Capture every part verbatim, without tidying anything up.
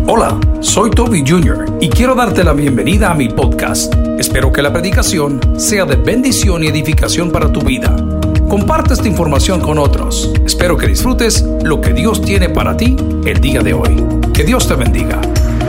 Hola, soy Toby junior y quiero darte la bienvenida a mi podcast. Espero que la predicación sea de bendición y edificación para tu vida. Comparte esta información con otros. Espero que disfrutes lo que Dios tiene para ti el día de hoy. Que Dios te bendiga.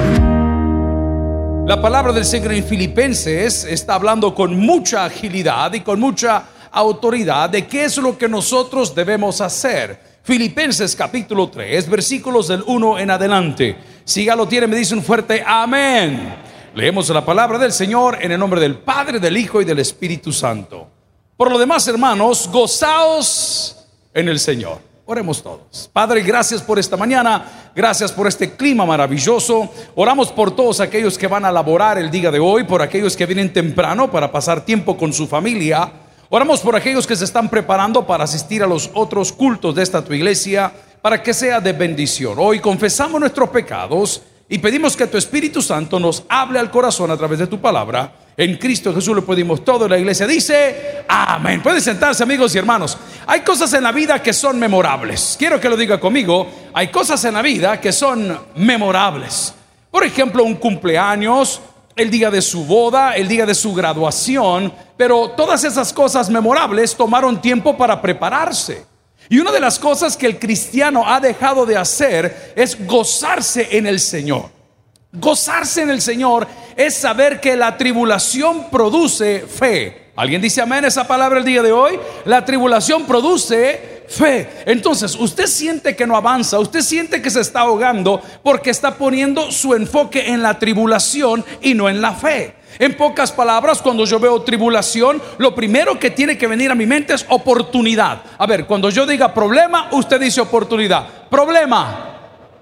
La palabra del Señor en Filipenses está hablando con mucha agilidad y con mucha autoridad de qué es lo que nosotros debemos hacer. Filipenses capítulo tres, versículos del uno en adelante. Si ya lo tiene, me dice un fuerte amén. Leemos la palabra del Señor en el nombre del Padre, del Hijo y del Espíritu Santo. Por lo demás, hermanos, gozaos en el Señor. Oremos todos. Padre, gracias por esta mañana, gracias por este clima maravilloso. Oramos por todos aquellos que van a laborar el día de hoy, por aquellos que vienen temprano para pasar tiempo con su familia. Oramos por aquellos que se están preparando para asistir a los otros cultos de esta tu iglesia, para que sea de bendición. Hoy confesamos nuestros pecados y pedimos que tu Espíritu Santo nos hable al corazón a través de tu palabra. En Cristo Jesús lo pedimos todo. La iglesia dice amén. Pueden sentarse, amigos y hermanos. Hay cosas en la vida que son memorables. Quiero que lo diga conmigo. Hay cosas en la vida que son memorables. Por ejemplo, un cumpleaños, el día de su boda, el día de su graduación. Pero todas esas cosas memorables tomaron tiempo para prepararse. Y una de las cosas que el cristiano ha dejado de hacer es gozarse en el Señor. Gozarse en el Señor es saber que la tribulación produce fe. ¿Alguien dice amén esa palabra el día de hoy? La tribulación produce fe. Entonces usted siente que no avanza, usted siente que se está ahogando porque está poniendo su enfoque en la tribulación y no en la fe. En pocas palabras, cuando yo veo tribulación, lo primero que tiene que venir a mi mente es oportunidad. A ver, cuando yo diga problema, usted dice oportunidad. Problema,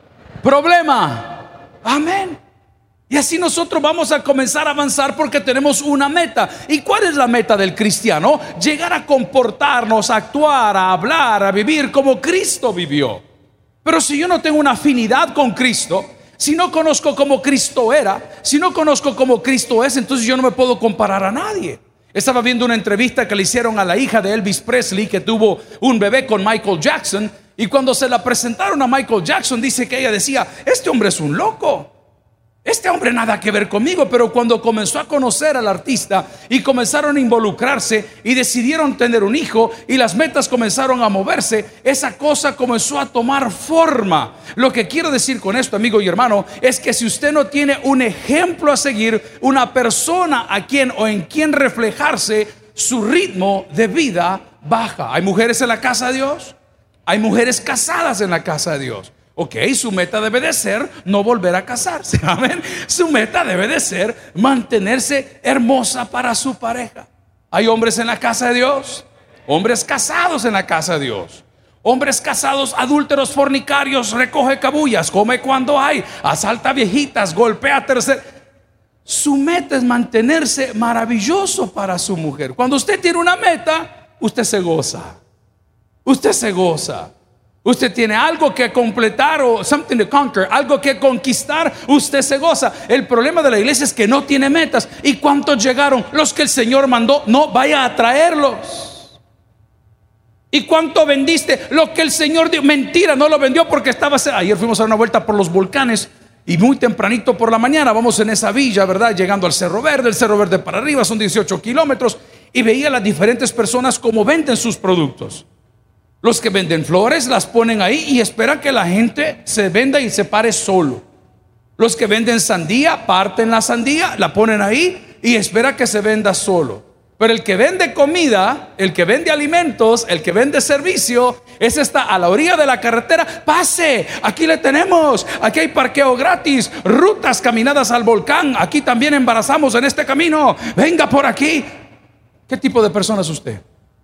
problema, amén. Y así nosotros vamos a comenzar a avanzar porque tenemos una meta. ¿Y cuál es la meta del cristiano? Llegar a comportarnos, a actuar, a hablar, a vivir como Cristo vivió. Pero si yo no tengo una afinidad con Cristo, si no conozco cómo Cristo era, si no conozco cómo Cristo es, entonces yo no me puedo comparar a nadie. Estaba viendo una entrevista que le hicieron a la hija de Elvis Presley, que tuvo un bebé con Michael Jackson. Y cuando se la presentaron a Michael Jackson, dice que ella decía: este hombre es un loco, este hombre nada que ver conmigo. Pero cuando comenzó a conocer al artista y comenzaron a involucrarse y decidieron tener un hijo y las metas comenzaron a moverse, esa cosa comenzó a tomar forma. Lo que quiero decir con esto, amigo y hermano, es que si usted no tiene un ejemplo a seguir, una persona a quien o en quien reflejarse, su ritmo de vida baja. Hay mujeres en la casa de Dios, hay mujeres casadas en la casa de Dios. Ok, su meta debe de ser no volver a casarse, amén. Su meta debe de ser mantenerse hermosa para su pareja. Hay hombres en la casa de Dios, hombres casados en la casa de Dios, hombres casados, adúlteros, fornicarios, recoge cabullas, come cuando hay, asalta viejitas, golpea a tercer. Su meta es mantenerse maravilloso para su mujer. Cuando usted tiene una meta, usted se goza, usted se goza. Usted tiene algo que completar o something to conquer, algo que conquistar, usted se goza. El problema de la iglesia es que no tiene metas. ¿Y cuántos llegaron? Los que el Señor mandó, no vaya a traerlos. ¿Y cuánto vendiste? Lo que el Señor dio, mentira, no lo vendió porque estaba. Ayer fuimos a dar una vuelta por los volcanes y muy tempranito por la mañana vamos en esa villa, ¿verdad? Llegando al Cerro Verde, el Cerro Verde para arriba son dieciocho kilómetros, y veía a las diferentes personas cómo venden sus productos. Los que venden flores las ponen ahí y esperan que la gente se venda y se pare solo. Los que venden sandía parten la sandía, la ponen ahí y espera que se venda solo. Pero el que vende comida, el que vende alimentos, el que vende servicio, ese está a la orilla de la carretera. Pase, aquí le tenemos, aquí hay parqueo gratis, rutas caminadas al volcán, aquí también embarazamos en este camino, venga por aquí. ¿Qué tipo de persona es usted?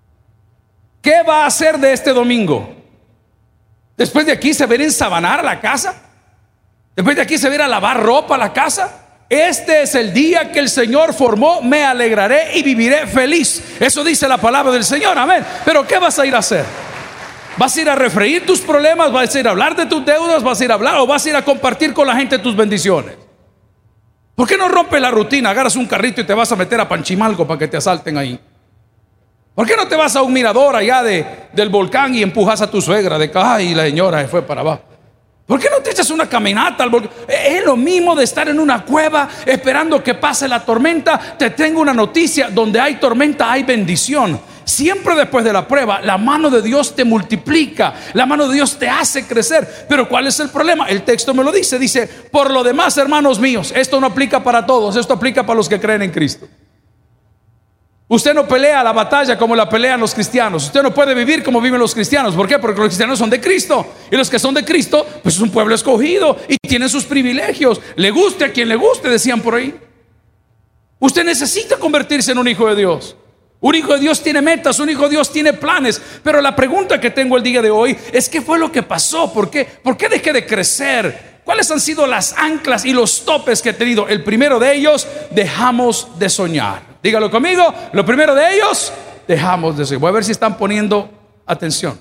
¿Qué va a hacer de este domingo? Después de aquí se va a ir a ensabanar a la casa. Después de aquí se va a ir a lavar ropa a la casa. Este es el día que el Señor formó, me alegraré y viviré feliz. Eso dice la palabra del Señor, amén. Pero ¿qué vas a ir a hacer? ¿Vas a ir a refreír tus problemas? ¿Vas a ir a hablar de tus deudas? ¿Vas a ir a hablar o vas a ir a compartir con la gente tus bendiciones? ¿Por qué no rompes la rutina? Agarras un carrito y te vas a meter a Panchimalco para que te asalten ahí. ¿Por qué no te vas a un mirador allá de, del volcán y empujas a tu suegra de que ay, la señora se fue para abajo? ¿Por qué no te echas una caminata? Es lo mismo de estar en una cueva esperando que pase la tormenta. Te tengo una noticia: donde hay tormenta hay bendición. Siempre después de la prueba, la mano de Dios te multiplica, la mano de Dios te hace crecer. Pero ¿cuál es el problema? El texto me lo dice, dice: por lo demás, hermanos míos. Esto no aplica para todos, esto aplica para los que creen en Cristo. Usted no pelea la batalla como la pelean los cristianos. Usted no puede vivir como viven los cristianos. ¿Por qué? Porque los cristianos son de Cristo. Y los que son de Cristo, pues es un pueblo escogido y tienen sus privilegios. Le guste a quien le guste, decían por ahí. Usted necesita convertirse en un hijo de Dios. Un hijo de Dios tiene metas, un hijo de Dios tiene planes. Pero la pregunta que tengo el día de hoy es: ¿qué fue lo que pasó? ¿Por qué? ¿Por qué dejé de crecer? ¿Cuáles han sido las anclas y los topes que he tenido? El primero de ellos: dejamos de soñar. Dígalo conmigo. Lo primero de ellos: dejamos de soñar. Voy a ver si están poniendo atención.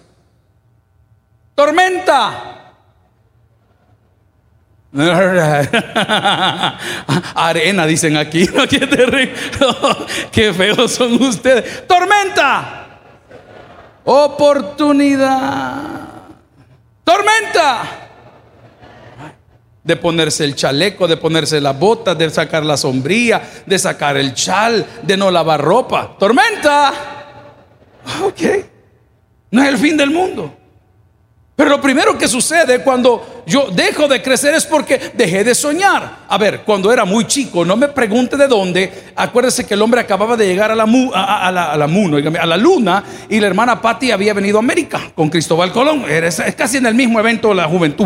Tormenta. Arena, dicen aquí. Qué terrible. Qué feos son ustedes. Tormenta. Oportunidad. Tormenta. De ponerse el chaleco, de ponerse las botas, de sacar la sombrilla, de sacar el chal, de no lavar ropa. Tormenta. Ok. No es el fin del mundo. Pero lo primero que sucede cuando yo dejo de crecer es porque dejé de soñar. A ver, cuando era muy chico, no me pregunte de dónde. Acuérdese que el hombre acababa de llegar a la, mu, a, a la, a la, mu, a la luna, y la hermana Patty había venido a América con Cristóbal Colón. Era, es casi en el mismo evento de la juventud.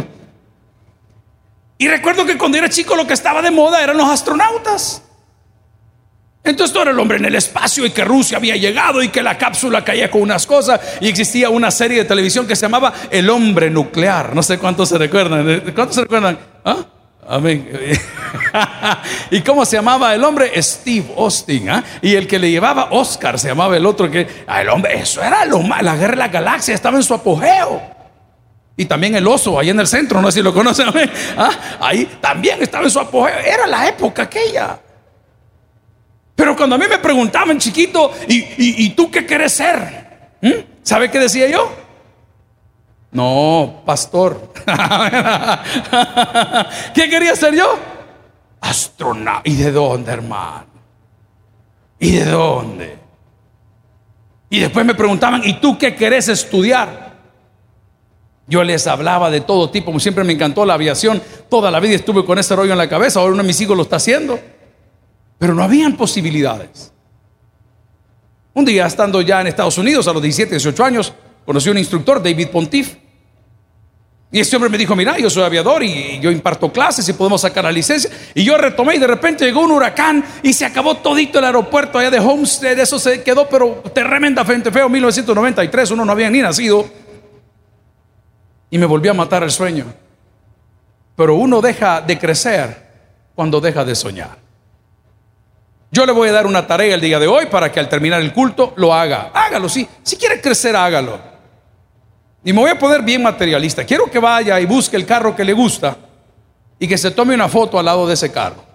Y recuerdo que cuando era chico lo que estaba de moda eran los astronautas. Entonces todo era el hombre en el espacio, y que Rusia había llegado, y que la cápsula caía con unas cosas. Y existía una serie de televisión que se llamaba El Hombre Nuclear. No sé cuántos se recuerdan. ¿Cuántos se recuerdan? ¿Ah? Amén. ¿Y cómo se llamaba el hombre? Steve Austin. ¿eh? Y el que le llevaba Oscar se llamaba el otro que... Ah, el hombre, eso era lo más, la guerra de la galaxia estaba en su apogeo. Y también el oso, ahí en el centro, no sé si lo conocen. ¿Ah? Ahí también estaba en su apogeo. Era la época aquella. Pero cuando a mí me preguntaban chiquito: ¿y, y, y tú qué querés ser? ¿Mm? ¿Sabe qué decía yo? No, pastor. ¿Qué quería ser yo? Astronauta. ¿Y de dónde, hermano? ¿Y de dónde? Y después me preguntaban: ¿y tú qué querés estudiar? Yo les hablaba de todo tipo. Como siempre me encantó la aviación. Toda la vida estuve con ese rollo en la cabeza. Ahora uno de mis hijos lo está haciendo. Pero no habían posibilidades. Un día, estando ya en Estados Unidos a los diecisiete, dieciocho años, conocí a un instructor, David Pontiff. Y este hombre me dijo: mira, yo soy aviador y yo imparto clases y podemos sacar la licencia. Y yo retomé, y de repente llegó un huracán y se acabó todito el aeropuerto allá de Homestead. Eso se quedó pero tremendamente feo. mil novecientos noventa y tres, uno no había ni nacido. Y me volvió a matar el sueño. Pero uno deja de crecer cuando deja de soñar. Yo le voy a dar una tarea el día de hoy para que al terminar el culto lo haga. Hágalo, sí. Si quiere crecer, hágalo. Y me voy a poner bien materialista. Quiero que vaya y busque el carro que le gusta y que se tome una foto al lado de ese carro.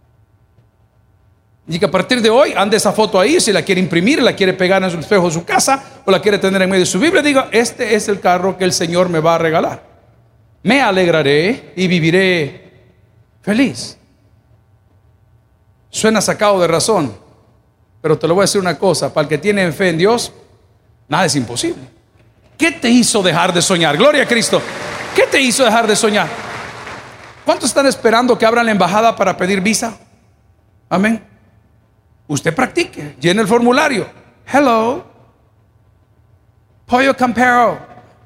Y que a partir de hoy ande esa foto ahí. Si la quiere imprimir, la quiere pegar en el espejo de su casa, o la quiere tener en medio de su Biblia, diga: este es el carro que el Señor me va a regalar. Me alegraré y viviré feliz. Suena sacado de razón, pero te lo voy a decir una cosa: para el que tiene fe en Dios, nada es imposible. ¿Qué te hizo dejar de soñar? Gloria a Cristo. ¿Qué te hizo dejar de soñar? ¿Cuántos están esperando que abran la embajada para pedir visa? Amén. Usted practique, llene el formulario. Hello, Pollo Campero.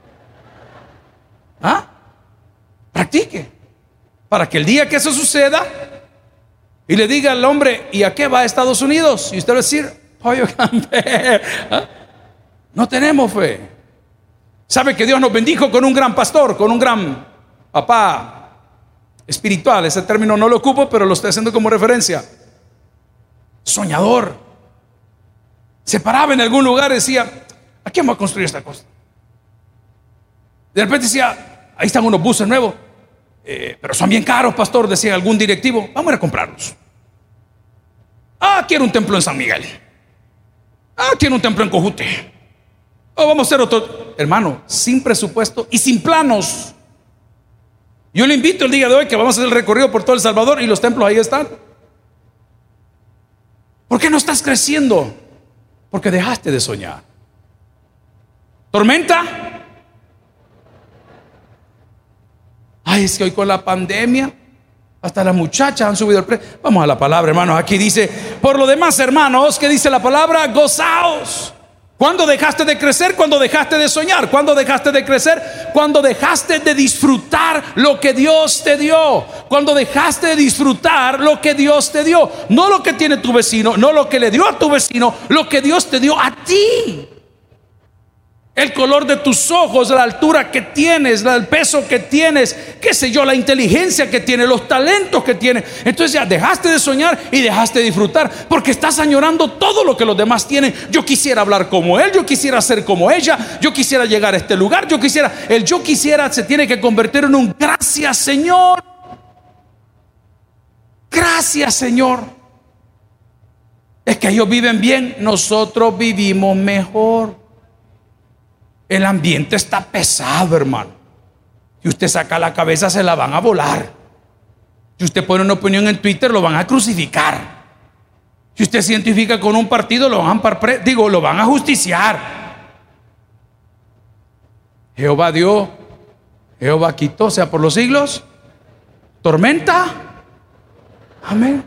¿Ah? Practique, para que el día que eso suceda y le diga al hombre: ¿y a qué va a Estados Unidos? Y usted va a decir: Pollo Campero. ¿Ah? No tenemos fe. ¿Sabe que Dios nos bendijo con un gran pastor, con un gran papá espiritual? Ese término no lo ocupo, pero lo estoy haciendo como referencia. Soñador. Se paraba en algún lugar y decía: ¿a quién va a construir esta cosa? De repente decía: ahí están unos buses nuevos, eh, pero son bien caros, pastor, decía algún directivo. Vamos a ir a comprarlos. Ah, quiero un templo en San Miguel. Ah, quiero un templo en Cojute. Oh, vamos a hacer otro. Hermano, sin presupuesto y sin planos. Yo le invito el día de hoy que vamos a hacer el recorrido por todo El Salvador y los templos ahí están. ¿Por qué no estás creciendo? Porque dejaste de soñar. ¿Tormenta? Ay, es que hoy con la pandemia hasta las muchachas han subido el precio. Vamos a la palabra, hermanos. Aquí dice: por lo demás, hermanos, ¿qué dice la palabra? Gozaos. ¿Cuándo dejaste de crecer? Cuando dejaste de soñar. ¿Cuándo dejaste de crecer? Cuando dejaste de disfrutar lo que Dios te dio. Cuando dejaste de disfrutar lo que Dios te dio. No lo que tiene tu vecino, no lo que le dio a tu vecino, lo que Dios te dio a ti. El color de tus ojos, la altura que tienes, el peso que tienes, qué sé yo, la inteligencia que tienes, los talentos que tienes. Entonces ya dejaste de soñar y dejaste de disfrutar, porque estás añorando todo lo que los demás tienen. Yo quisiera hablar como él, yo quisiera ser como ella, yo quisiera llegar a este lugar, yo quisiera. El yo quisiera se tiene que convertir en un gracias, Señor. Gracias, Señor. Es que ellos viven bien, nosotros vivimos mejor. El ambiente está pesado, hermano. Si usted saca la cabeza, se la van a volar. Si usted pone una opinión en Twitter, lo van a crucificar. Si usted se identifica con un partido, lo van a, digo, lo van a justiciar. Jehová dio, Jehová quitó, sea por los siglos. Tormenta. Amén.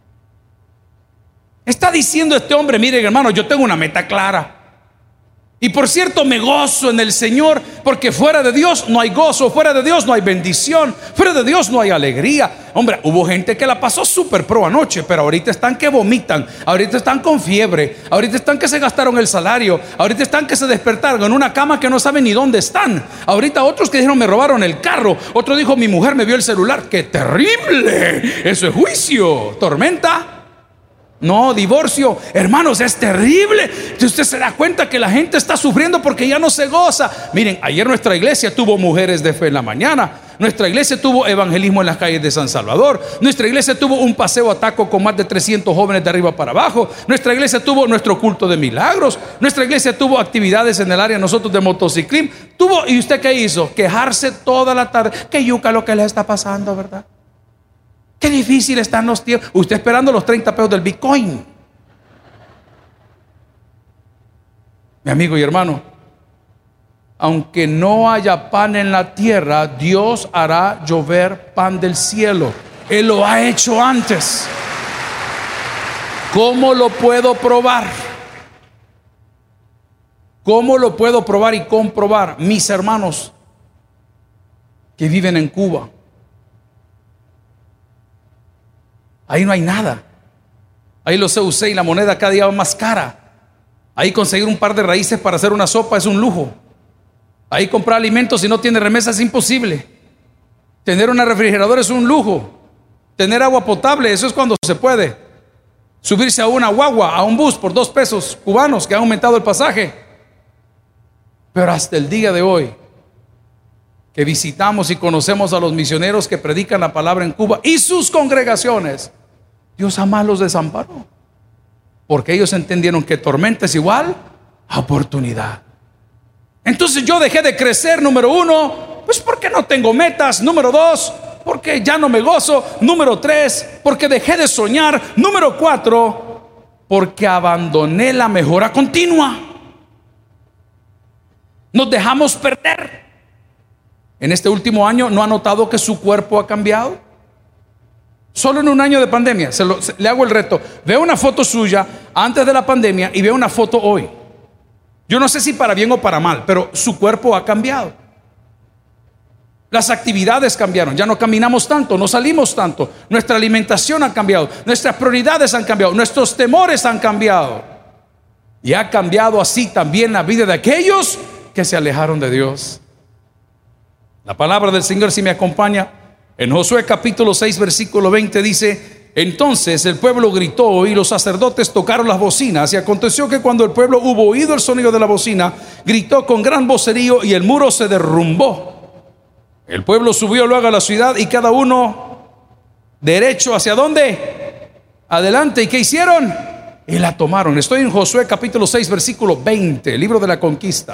Está diciendo este hombre: miren, hermano, yo tengo una meta clara. Y por cierto, me gozo en el Señor, porque fuera de Dios no hay gozo, fuera de Dios no hay bendición, fuera de Dios no hay alegría. Hombre, hubo gente que la pasó súper pro anoche, pero ahorita están que vomitan, ahorita están con fiebre, ahorita están que se gastaron el salario, ahorita están que se despertaron en una cama que no saben ni dónde están. Ahorita otros que dijeron: me robaron el carro. Otro dijo: mi mujer me vio el celular. ¡Qué terrible! Eso es juicio. Tormenta. No, divorcio, hermanos, es terrible. Si usted se da cuenta que la gente está sufriendo porque ya no se goza. Miren, ayer nuestra iglesia tuvo mujeres de fe en la mañana. Nuestra iglesia tuvo evangelismo en las calles de San Salvador. Nuestra iglesia tuvo un paseo a taco con más de trescientos jóvenes de arriba para abajo. Nuestra iglesia tuvo nuestro culto de milagros. Nuestra iglesia tuvo actividades en el área nosotros de motociclismo. Tuvo, ¿y usted qué hizo? Quejarse toda la tarde. Qué yuca lo que le está pasando, ¿verdad? Qué difícil están los tiempos. Usted esperando los treinta pesos del Bitcoin. Mi amigo y hermano, aunque no haya pan en la tierra, Dios hará llover pan del cielo. Él lo ha hecho antes. ¿Cómo lo puedo probar? ¿Cómo lo puedo probar y comprobar? Mis hermanos que viven en Cuba, ahí no hay nada. Ahí los C U C y la moneda cada día va más cara. Ahí conseguir un par de raíces para hacer una sopa es un lujo. Ahí comprar alimentos si no tiene remesa es imposible. Tener una refrigeradora es un lujo. Tener agua potable, eso es cuando se puede. Subirse a una guagua, a un bus por dos pesos cubanos que han aumentado el pasaje. Pero hasta el día de hoy, que visitamos y conocemos a los misioneros que predican la palabra en Cuba y sus congregaciones, Dios jamás los desamparó, porque ellos entendieron que tormenta es igual a oportunidad. Entonces yo dejé de crecer, número uno, pues porque no tengo metas. Número dos, porque ya no me gozo. Número tres, porque dejé de soñar. Número cuatro, porque abandoné la mejora continua. Nos dejamos perder. En este último año, ¿no ha notado que su cuerpo ha cambiado? Solo en un año de pandemia, se lo, se, le hago el reto. Veo una foto suya antes de la pandemia y veo una foto hoy. Yo no sé si para bien o para mal, pero su cuerpo ha cambiado. Las actividades cambiaron, ya no caminamos tanto, no salimos tanto. Nuestra alimentación ha cambiado, nuestras prioridades han cambiado, nuestros temores han cambiado. Y ha cambiado así también la vida de aquellos que se alejaron de Dios. La palabra del Señor, si me acompaña, en Josué capítulo seis versículo veinte dice: entonces el pueblo gritó y los sacerdotes tocaron las bocinas, y aconteció que cuando el pueblo hubo oído el sonido de la bocina, gritó con gran vocerío y el muro se derrumbó. El pueblo subió luego a la ciudad y cada uno derecho hacia dónde, adelante. ¿Y qué hicieron? Y la tomaron. Estoy en Josué capítulo seis versículo veinte, libro de la conquista.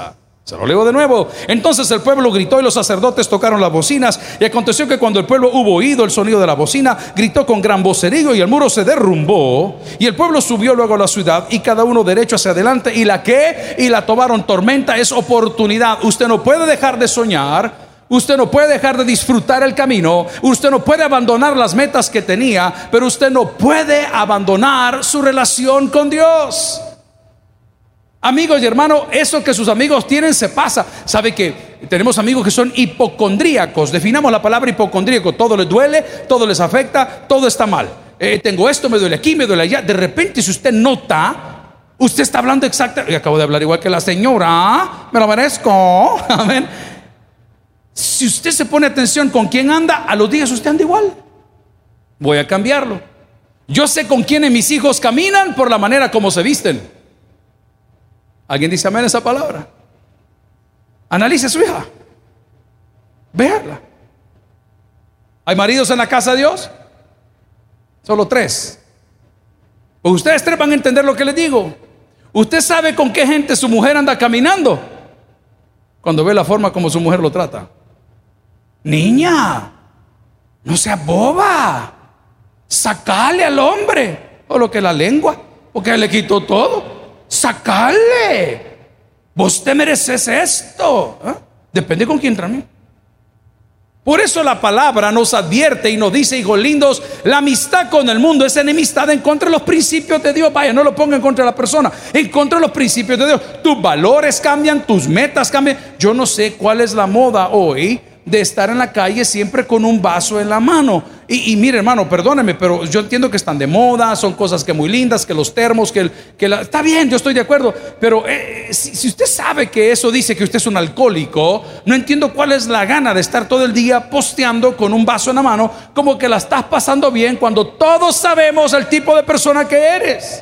Se lo leo de nuevo. Entonces el pueblo gritó y los sacerdotes tocaron las bocinas. Y aconteció que cuando el pueblo hubo oído el sonido de la bocina, gritó con gran vocerío y el muro se derrumbó. Y el pueblo subió luego a la ciudad y cada uno derecho hacia adelante. ¿Y la qué? Y la tomaron. Tormenta es oportunidad. Usted no puede dejar de soñar. Usted no puede dejar de disfrutar el camino. Usted no puede abandonar las metas que tenía. Pero usted no puede abandonar su relación con Dios. Amigos y hermanos, eso que sus amigos tienen se pasa. ¿Sabe que tenemos amigos que son hipocondríacos? Definamos la palabra hipocondríaco. Todo les duele, todo les afecta, todo está mal. eh, Tengo esto, me duele aquí, me duele allá. De repente, si usted nota, usted está hablando exactamente. Y acabo de hablar igual que la señora. Me lo merezco. Amén. Si usted se pone atención con quién anda, a los días usted anda igual. Voy a cambiarlo. Yo sé con quiénes mis hijos caminan por la manera como se visten. ¿Alguien dice amén a esa palabra? Analice a su hija. Véala. ¿Hay maridos en la casa de Dios? Solo tres. Pues ustedes tres van a entender lo que les digo. Usted sabe con qué gente su mujer anda caminando cuando ve la forma como su mujer lo trata. Niña, no sea boba. Sacale al hombre. O lo que la lengua, porque le quitó todo. Sacale. Vos te mereces esto. ¿Eh? Depende con quién también. Por eso la palabra nos advierte y nos dice, hijos lindos, la amistad con el mundo es enemistad en contra de los principios de Dios. Vaya, no lo ponga en contra de la persona, en contra de los principios de Dios. Tus valores cambian, tus metas cambian. Yo no sé cuál es la moda hoy de estar en la calle siempre con un vaso en la mano. Y, y mire, hermano, perdóneme, pero yo entiendo que están de moda, son cosas que muy lindas, que los termos, que, el, que la, está bien, yo estoy de acuerdo. Pero eh, si, si usted sabe que eso dice que usted es un alcohólico, no entiendo cuál es la gana de estar todo el día posteando con un vaso en la mano, como que la estás pasando bien, cuando todos sabemos el tipo de persona que eres.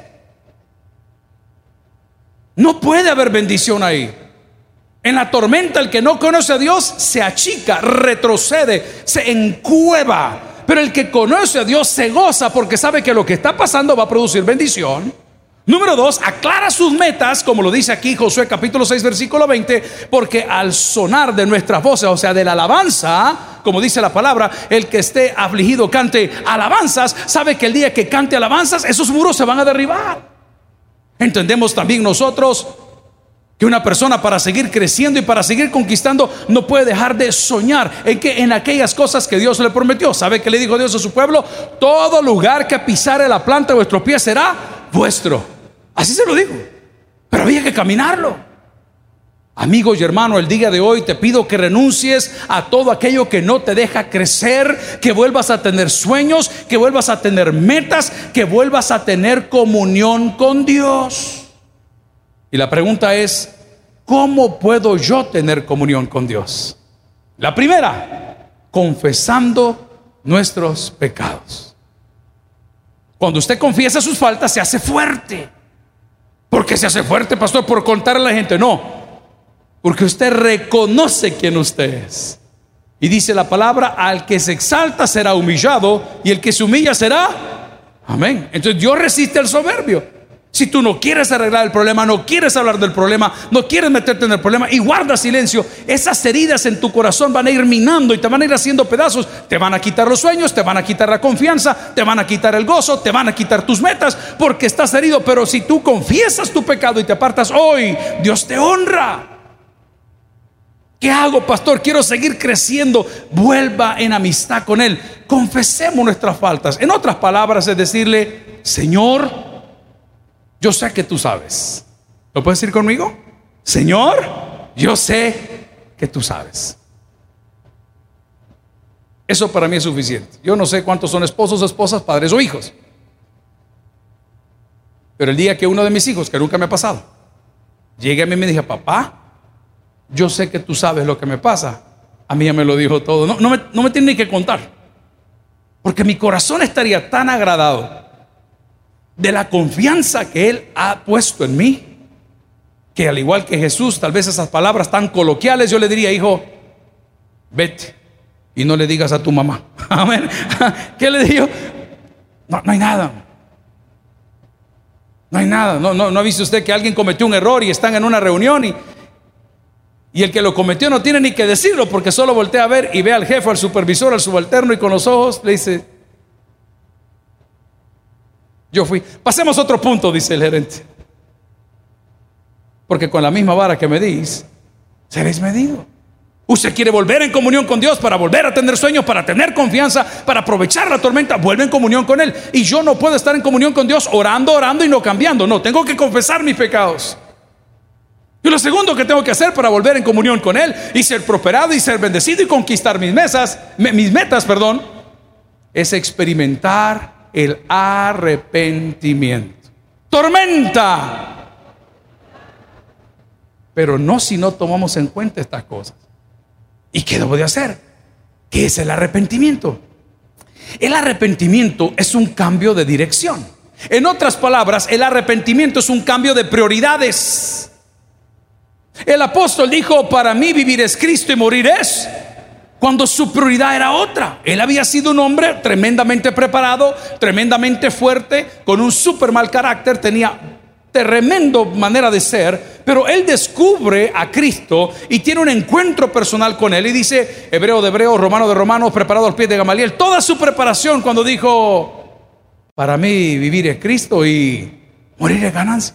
No puede haber bendición ahí. En la tormenta, el que no conoce a Dios se achica, retrocede, se encueva. Pero el que conoce a Dios se goza porque sabe que lo que está pasando va a producir bendición. Número dos, aclara sus metas, como lo dice aquí Josué capítulo seis versículo veinte, porque al sonar de nuestras voces, o sea de la alabanza, como dice la palabra, el que esté afligido cante alabanzas, sabe que el día que cante alabanzas, esos muros se van a derribar. Entendemos también nosotros que una persona, para seguir creciendo y para seguir conquistando, no puede dejar de soñar en que en aquellas cosas que Dios le prometió. ¿Sabe qué le dijo Dios a su pueblo? Todo lugar que pisare la planta de vuestros pies será vuestro. Así se lo dijo. Pero había que caminarlo. Amigos y hermanos, el día de hoy te pido que renuncies a todo aquello que no te deja crecer, que vuelvas a tener sueños, que vuelvas a tener metas, que vuelvas a tener comunión con Dios. Y la pregunta es, ¿cómo puedo yo tener comunión con Dios? La primera, confesando nuestros pecados. Cuando usted confiesa sus faltas, se hace fuerte. ¿Por qué se hace fuerte, pastor? ¿Por contarle a la gente? No, porque usted reconoce quién usted es. Y dice la palabra, al que se exalta será humillado, y el que se humilla será, amén. Entonces Dios resiste al soberbio. Si tú no quieres arreglar el problema, no quieres hablar del problema, no quieres meterte en el problema y guardas silencio, esas heridas en tu corazón van a ir minando y te van a ir haciendo pedazos. Te van a quitar los sueños, te van a quitar la confianza, te van a quitar el gozo, te van a quitar tus metas porque estás herido. Pero si tú confiesas tu pecado y te apartas hoy, Dios te honra. ¿Qué hago, pastor? Quiero seguir creciendo. Vuelva en amistad con Él. Confesemos nuestras faltas. En otras palabras, es decirle, Señor, yo sé que tú sabes. ¿Lo puedes decir conmigo? Señor, yo sé que tú sabes. Eso para mí es suficiente. Yo no sé cuántos son esposos, esposas, padres o hijos, pero el día que uno de mis hijos, que nunca me ha pasado, llegue a mí y me diga, papá, yo sé que tú sabes lo que me pasa, a mí ya me lo dijo todo. No, no, me, no me tiene ni que contar, porque mi corazón estaría tan agradado de la confianza que Él ha puesto en mí, que al igual que Jesús, tal vez esas palabras tan coloquiales, yo le diría, hijo, vete y no le digas a tu mamá. Amén. ¿Qué le digo? No, no hay nada. No hay nada. No, no, no ha visto usted que alguien cometió un error y están en una reunión y, Y el que lo cometió no tiene ni que decirlo, porque solo voltea a ver y ve al jefe, al supervisor, al subalterno, y con los ojos le dice: yo fui. Pasemos a otro punto, dice el gerente, porque con la misma vara que medís, seréis medido. Usted quiere volver en comunión con Dios para volver a tener sueños, para tener confianza, para aprovechar la tormenta. Vuelve en comunión con Él. Y yo no puedo estar en comunión con Dios orando, orando y no cambiando. No, tengo que confesar mis pecados. Y lo segundo que tengo que hacer para volver en comunión con Él y ser prosperado y ser bendecido y conquistar mis mesas, mis metas, perdón, es experimentar el arrepentimiento. Tormenta. Pero no si no tomamos en cuenta estas cosas. ¿Y qué debo de hacer? ¿Qué es el arrepentimiento? El arrepentimiento es un cambio de dirección. En otras palabras, el arrepentimiento es un cambio de prioridades. El apóstol dijo: para mí vivir es Cristo y morir es, cuando su prioridad era otra. Él había sido un hombre tremendamente preparado, tremendamente fuerte, con un súper mal carácter, tenía tremenda manera de ser, pero él descubre a Cristo y tiene un encuentro personal con Él. Y dice, hebreo de hebreos, romano de romanos, preparado al pie de Gamaliel, toda su preparación cuando dijo: para mí vivir es Cristo y morir es ganancia.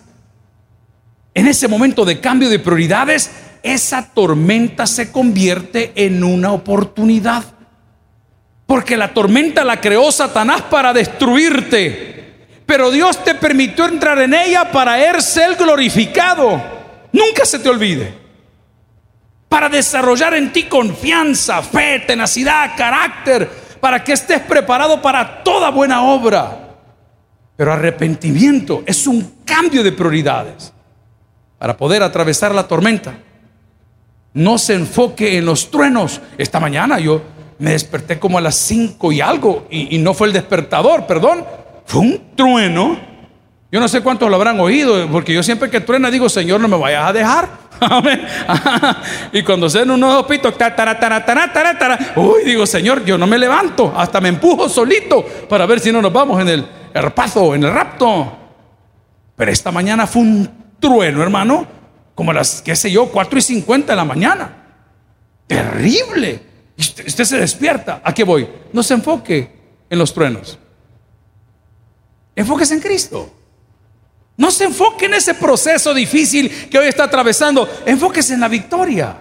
En ese momento de cambio de prioridades, esa tormenta se convierte en una oportunidad, porque la tormenta la creó Satanás para destruirte, pero Dios te permitió entrar en ella para Él ser glorificado. Nunca se te olvide. Para desarrollar en ti confianza, fe, tenacidad, carácter, para que estés preparado para toda buena obra. Pero arrepentimiento es un cambio de prioridades para poder atravesar la tormenta. No se enfoque en los truenos. Esta mañana yo me desperté como a las cinco y algo, y, y no fue el despertador, perdón, fue un trueno. Yo no sé cuántos lo habrán oído, porque yo siempre que truena digo: Señor, no me vayas a dejar. Amén. Y cuando se dan unos dos pitos, ta, ta, ta, ta, ta, ta, ta, uy, digo: Señor, yo no me levanto, hasta me empujo solito para ver si no nos vamos en el herpazo, en el rapto. Pero esta mañana fue un trueno, hermano, como las, qué sé yo, cuatro y cincuenta de la mañana. Terrible. Y usted, usted se despierta. ¿A qué voy? No se enfoque en los truenos. Enfóquese en Cristo. No se enfoque en ese proceso difícil que hoy está atravesando. Enfóquese en la victoria.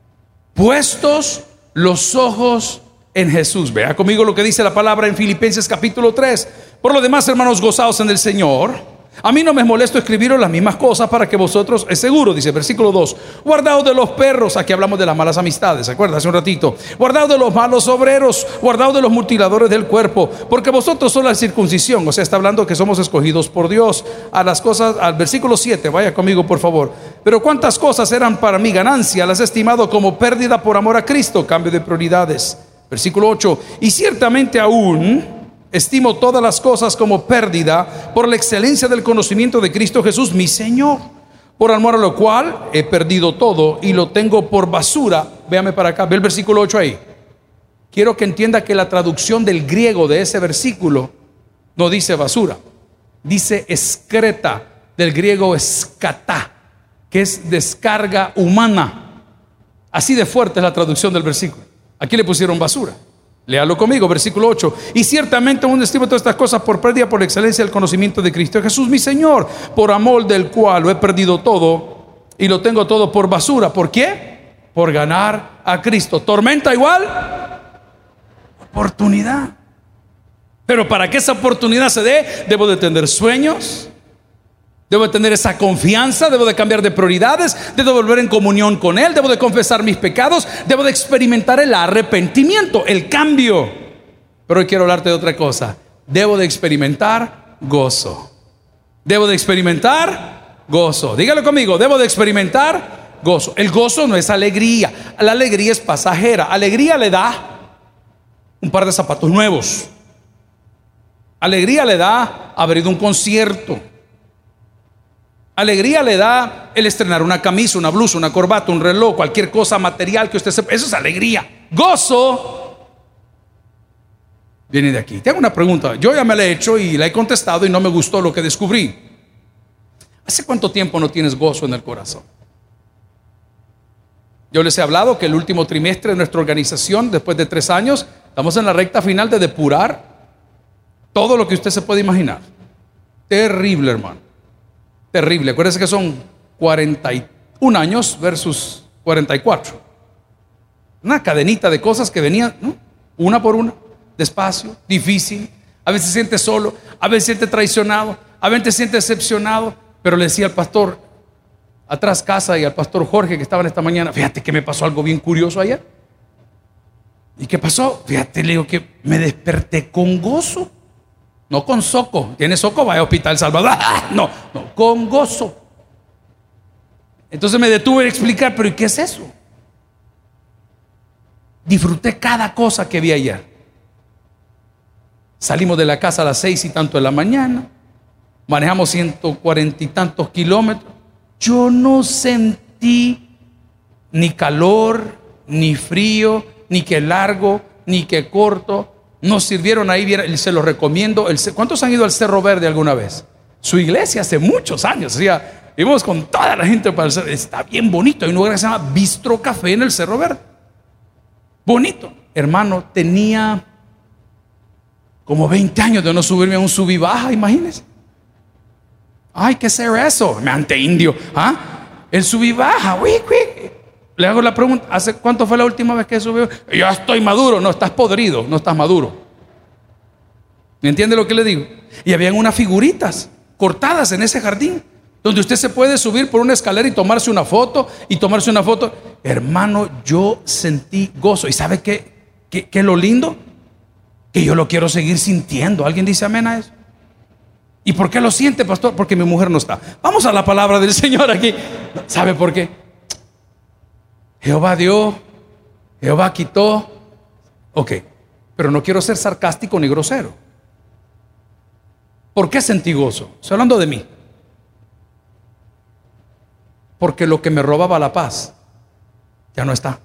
Puestos los ojos en Jesús. Vea conmigo lo que dice la palabra en Filipenses capítulo tres. Por lo demás, hermanos, gozaos en el Señor. A mí no me molesto escribiros las mismas cosas para que vosotros, es seguro, dice versículo dos, guardaos de los perros. Aquí hablamos de las malas amistades, ¿se acuerda? Hace un ratito. Guardaos de los malos obreros, guardaos de los mutiladores del cuerpo, porque vosotros sois la circuncisión. O sea, está hablando que somos escogidos por Dios. A las cosas, al versículo siete, vaya conmigo por favor. Pero cuántas cosas eran para mí ganancia, las he estimado como pérdida por amor a Cristo. Cambio de prioridades. Versículo ocho, y ciertamente aún estimo todas las cosas como pérdida por la excelencia del conocimiento de Cristo Jesús, mi Señor, por amor a lo cual he perdido todo y lo tengo por basura. Véame para acá, ve el versículo ocho ahí. Quiero que entienda que la traducción del griego de ese versículo no dice basura, dice excreta, del griego escatá, que es descarga humana. Así de fuerte es la traducción del versículo. Aquí le pusieron basura. Léalo conmigo, versículo ocho. Y ciertamente aún estimo todas estas cosas por pérdida por la excelencia del conocimiento de Cristo Jesús, mi Señor, por amor del cual lo he perdido todo y lo tengo todo por basura. ¿Por qué? Por ganar a Cristo. ¿Tormenta igual? Oportunidad. Pero para que esa oportunidad se dé, debo de tener sueños, debo de tener esa confianza, debo de cambiar de prioridades, debo de volver en comunión con Él, debo de confesar mis pecados, debo de experimentar el arrepentimiento, el cambio. Pero hoy quiero hablarte de otra cosa. Debo de experimentar gozo. Debo de experimentar gozo. Dígalo conmigo, debo de experimentar gozo. El gozo no es alegría. La alegría es pasajera. Alegría le da un par de zapatos nuevos. Alegría le da haber ido a un concierto. Alegría le da el estrenar una camisa, una blusa, una corbata, un reloj, cualquier cosa material que usted sepa. Eso es alegría. Gozo viene de aquí. Te hago una pregunta. Yo ya me la he hecho y la he contestado y no me gustó lo que descubrí. ¿Hace cuánto tiempo no tienes gozo en el corazón? Yo les he hablado que el último trimestre de nuestra organización, después de tres años, estamos en la recta final de depurar todo lo que usted se puede imaginar. Terrible, hermano. Terrible. Acuérdense que son cuarenta y un años versus cuarenta y cuatro. Una cadenita de cosas que venían, ¿no? Una por una, despacio, difícil. A veces se siente solo, a veces se siente traicionado, a veces se siente decepcionado. Pero le decía al pastor atrás casa y al pastor Jorge que estaban esta mañana: fíjate que me pasó algo bien curioso ayer. ¿Y qué pasó? Fíjate, le digo que me desperté con gozo. No con soco. ¿Tiene soco? Vaya a Hospital Salvador. No, no, con gozo. Entonces me detuve a explicar: pero ¿y qué es eso? Disfruté cada cosa que vi ayer. Salimos de la casa a las seis y tanto de la mañana. Manejamos ciento cuarenta y tantos kilómetros. Yo no sentí ni calor, ni frío, ni que largo, ni que corto. Nos sirvieron ahí, se los recomiendo. ¿Cuántos han ido al Cerro Verde alguna vez? Su iglesia hace muchos años. O sea, vimos con toda la gente para el cerro. Está bien bonito. Hay un lugar que se llama Bistro Café en el Cerro Verde. Bonito. Hermano, tenía como veinte años de no subirme a un sub y baja, imagínense. Ay, ¿qué será eso? Me ante indio. ¿Ah? El sub y baja. Uy, uy. Le hago la pregunta: ¿hace cuánto fue la última vez que subió? Ya estoy maduro. No, estás podrido, no estás maduro. ¿Me entiende lo que le digo? Y habían unas figuritas cortadas en ese jardín, donde usted se puede subir por una escalera y tomarse una foto, y tomarse una foto. Hermano, yo sentí gozo. ¿Y sabe qué? ¿Qué, qué es lo lindo? Que yo lo quiero seguir sintiendo. ¿Alguien dice amén a eso? ¿Y por qué lo siente, pastor? Porque mi mujer no está. Vamos a la palabra del Señor aquí. ¿Sabe por qué? Jehová dio, Jehová quitó. Ok, pero no quiero ser sarcástico ni grosero. ¿Por qué sentí gozo? Estoy hablando de mí. Porque lo que me robaba la paz ya no está.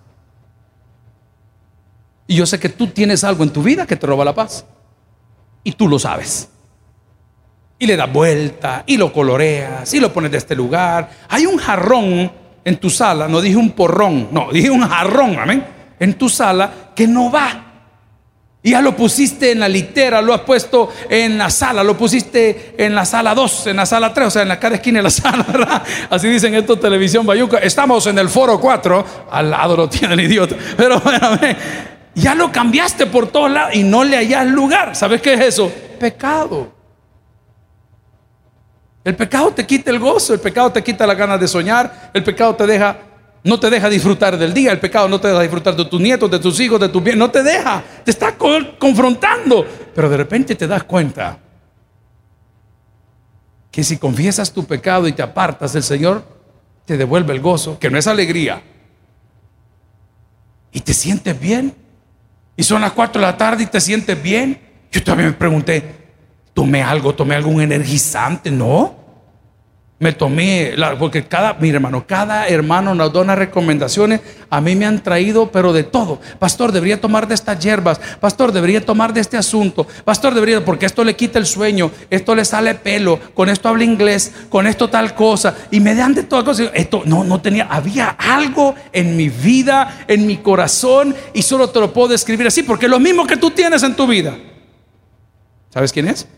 Y yo sé que tú tienes algo en tu vida que te roba la paz, y tú lo sabes. Y le das vuelta, y lo coloreas, y lo pones de este lugar. Hay un jarrón en tu sala, no dije un porrón, no, dije un jarrón, amén, en tu sala que no va. Y ya lo pusiste en la litera, lo has puesto en la sala, lo pusiste en la sala dos, en la sala tres, o sea, en la cada esquina de la sala, ¿verdad? Así dicen esto, Televisión Bayuca. Estamos en el foro cuatro, al lado lo tiene el idiota. Pero bueno, amén, ya lo cambiaste por todos lados y no le hallas lugar. ¿Sabes qué es eso? Pecado. El pecado te quita el gozo, el pecado te quita las ganas de soñar, el pecado te deja, no te deja disfrutar del día, el pecado no te deja disfrutar de tus nietos, de tus hijos, de tus bienes, no te deja, te está confrontando. Pero de repente te das cuenta que si confiesas tu pecado y te apartas del Señor, te devuelve el gozo, que no es alegría, y te sientes bien. Y son las cuatro de la tarde y te sientes bien. Yo también me pregunté: ¿tomé algo? ¿Tomé algún energizante? No. Me tomé, la, porque cada, mi hermano, cada hermano nos da unas recomendaciones. A mí me han traído, pero de todo. Pastor, debería tomar de estas hierbas. Pastor, debería tomar de este asunto. Pastor, debería, porque esto le quita el sueño. Esto le sale pelo. Con esto habla inglés. Con esto tal cosa. Y me dan de todas cosas. Esto no, no tenía, había algo en mi vida, en mi corazón. Y solo te lo puedo describir así, porque es lo mismo que tú tienes en tu vida. ¿Sabes quién es?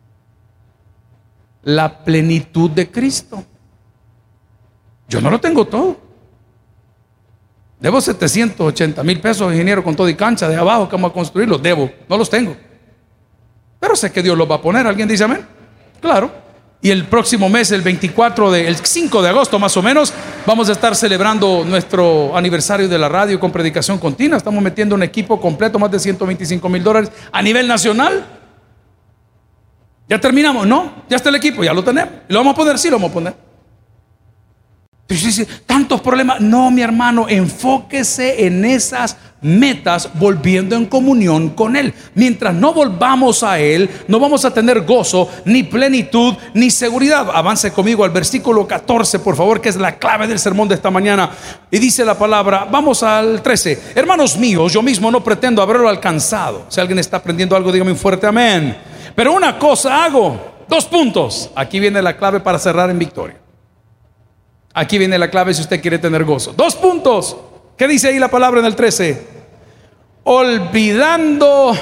La plenitud de Cristo. Yo no lo tengo todo. Debo setecientos ochenta mil pesos, ingeniero, con todo y cancha de abajo que vamos a construirlo. Debo, no los tengo, pero sé que Dios los va a poner. ¿Alguien dice amén? Claro. Y el próximo mes, el veinticuatro de, el cinco de agosto más o menos, vamos a estar celebrando nuestro aniversario de la radio con predicación continua. Estamos metiendo un equipo completo, más de ciento veinticinco mil dólares a nivel nacional. Ya terminamos, no, ya está el equipo, ya lo tenemos. ¿Lo vamos a poner? Sí, lo vamos a poner. Pero sí, sí, tantos problemas. No, mi hermano, enfóquese en esas metas, volviendo en comunión con Él. Mientras no volvamos a Él, no vamos a tener gozo, ni plenitud, ni seguridad. Avance conmigo al versículo catorce, por favor, que es la clave del sermón de esta mañana. Y dice la palabra, vamos al trece. Hermanos míos, yo mismo no pretendo haberlo alcanzado. Si alguien está aprendiendo algo, dígame un fuerte amén. Pero una cosa hago, dos puntos. Aquí viene la clave para cerrar en victoria. Aquí viene la clave si usted quiere tener gozo. Dos puntos. ¿Qué dice ahí la palabra en el trece? Olvidando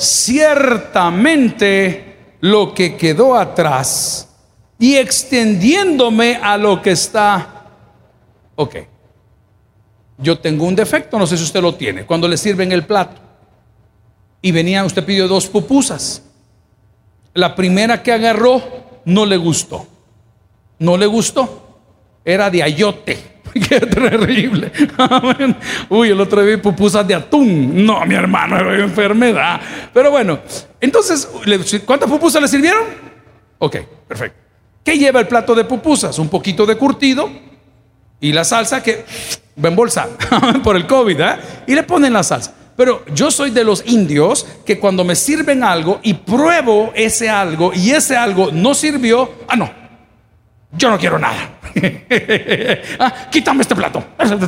ciertamente lo que quedó atrás y extendiéndome a lo que está. Ok, yo tengo un defecto, no sé si usted lo tiene. Cuando le sirven el plato y venía, usted pidió dos pupusas, la primera que agarró no le gustó, no le gustó, era de ayote. Qué terrible. Uy, el otro día vi pupusas de atún. No, mi hermano, era enfermedad. Pero bueno, entonces, ¿cuántas pupusas le sirvieron? Ok, perfecto. ¿Qué lleva el plato de pupusas? Un poquito de curtido y la salsa que va embolsada por el COVID, ¿eh? Y le ponen la salsa. Pero yo soy de los indios que cuando me sirven algo y pruebo ese algo y ese algo no sirvió, ah, no, yo no quiero nada. Ah, quítame este plato.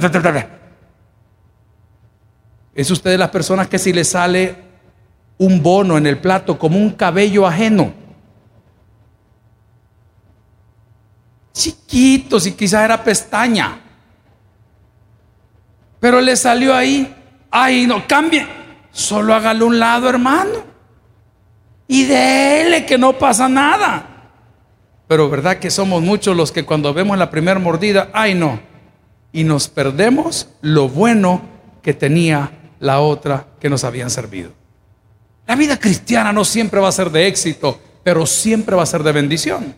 ¿Es usted de las personas que si le sale un bono en el plato como un cabello ajeno, chiquito, si quizás era pestaña, pero le salió ahí? Ay, no, cambie, solo hágalo a un lado, hermano, y dele, que no pasa nada. Pero verdad que somos muchos los que cuando vemos la primera mordida, ay no, y nos perdemos lo bueno que tenía la otra que nos habían servido. La vida cristiana no siempre va a ser de éxito, pero siempre va a ser de bendición.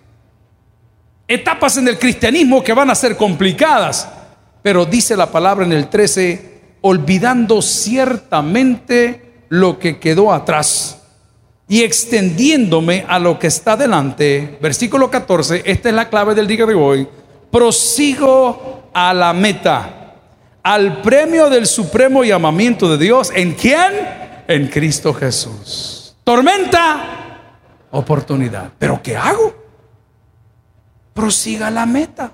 Etapas en el cristianismo que van a ser complicadas, pero dice la palabra en el trece, olvidando ciertamente lo que quedó atrás y extendiéndome a lo que está delante. Versículo catorce, esta es la clave del día de hoy. Prosigo a la meta, al premio del supremo llamamiento de Dios. ¿En quién? En Cristo Jesús. Tormenta, oportunidad. ¿Pero qué hago? Prosiga a la meta.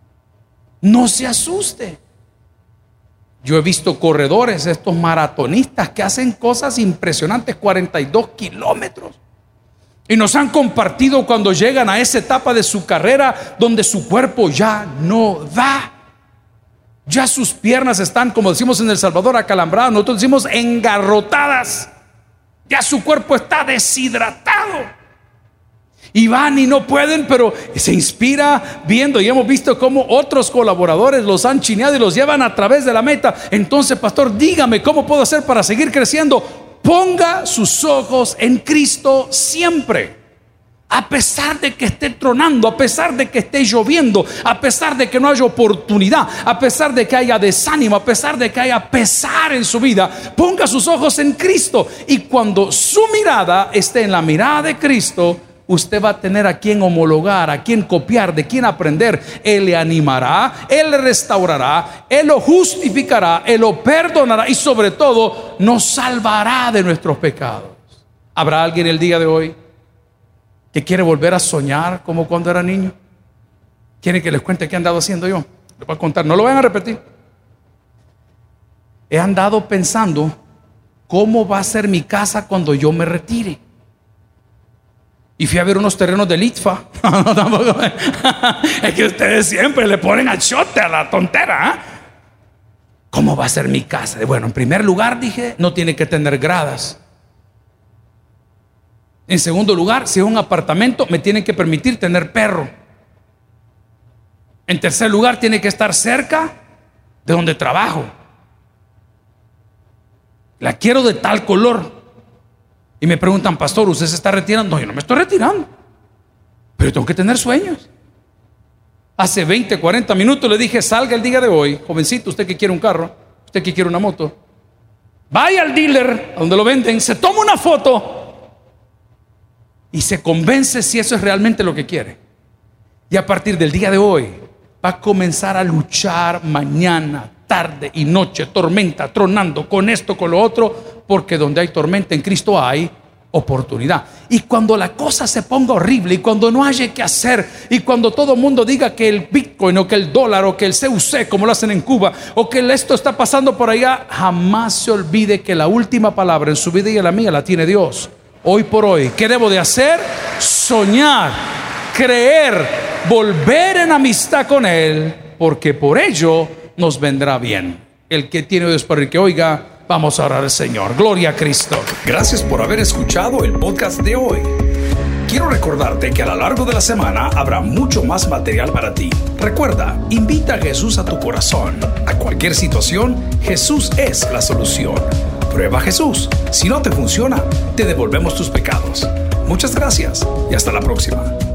No se asuste. Yo he visto corredores, estos maratonistas que hacen cosas impresionantes, cuarenta y dos kilómetros. Y nos han compartido cuando llegan a esa etapa de su carrera donde su cuerpo ya no da. Ya sus piernas están, como decimos en El Salvador, acalambradas. Nosotros decimos engarrotadas. Ya su cuerpo está deshidratado. Y van y no pueden, pero se inspira viendo, y hemos visto cómo otros colaboradores los han chineado y los llevan a través de la meta. Entonces, pastor, dígame cómo puedo hacer para seguir creciendo. Ponga sus ojos en Cristo siempre. A pesar de que esté tronando, a pesar de que esté lloviendo, a pesar de que no haya oportunidad, a pesar de que haya desánimo, a pesar de que haya pesar en su vida, ponga sus ojos en Cristo. Y cuando su mirada esté en la mirada de Cristo, usted va a tener a quien homologar, a quien copiar, de quien aprender. Él le animará, Él le restaurará, Él lo justificará, Él lo perdonará y sobre todo nos salvará de nuestros pecados. ¿Habrá alguien el día de hoy que quiere volver a soñar como cuando era niño? ¿Quieren que les cuente qué he andado haciendo yo? Les voy a contar, no lo vayan a repetir. He andado pensando cómo va a ser mi casa cuando yo me retire. Y fui a ver unos terrenos de Litfa. Es que ustedes siempre le ponen al chote, a la tontera, ¿eh? ¿Cómo va a ser mi casa? Bueno, en primer lugar dije, no tiene que tener gradas. En segundo lugar, si es un apartamento, me tienen que permitir tener perro. En tercer lugar, tiene que estar cerca de donde trabajo. La quiero de tal color. Y me preguntan, pastor, ¿usted se está retirando? No, yo no me estoy retirando, pero tengo que tener sueños. Hace veinte, cuarenta minutos le dije, salga el día de hoy, jovencito, usted que quiere un carro, usted que quiere una moto, vaya al dealer a donde lo venden, se toma una foto y se convence si eso es realmente lo que quiere. Y a partir del día de hoy va a comenzar a luchar mañana, tarde y noche, tormenta, tronando con esto, con lo otro, porque donde hay tormenta en Cristo hay oportunidad. Y cuando la cosa se ponga horrible y cuando no haya qué hacer y cuando todo el mundo diga que el Bitcoin o que el dólar o que el C U C, como lo hacen en Cuba, o que esto está pasando por allá, jamás se olvide que la última palabra en su vida y en la mía la tiene Dios. Hoy por hoy, ¿qué debo de hacer? Soñar, creer, volver en amistad con Él, porque por ello nos vendrá bien. El que tiene oídos para el que oiga, vamos a orar al Señor. Gloria a Cristo. Gracias por haber escuchado el podcast de hoy. Quiero recordarte que a lo largo de la semana habrá mucho más material para ti. Recuerda, invita a Jesús a tu corazón. A cualquier situación, Jesús es la solución. Prueba a Jesús. Si no te funciona, te devolvemos tus pecados. Muchas gracias y hasta la próxima.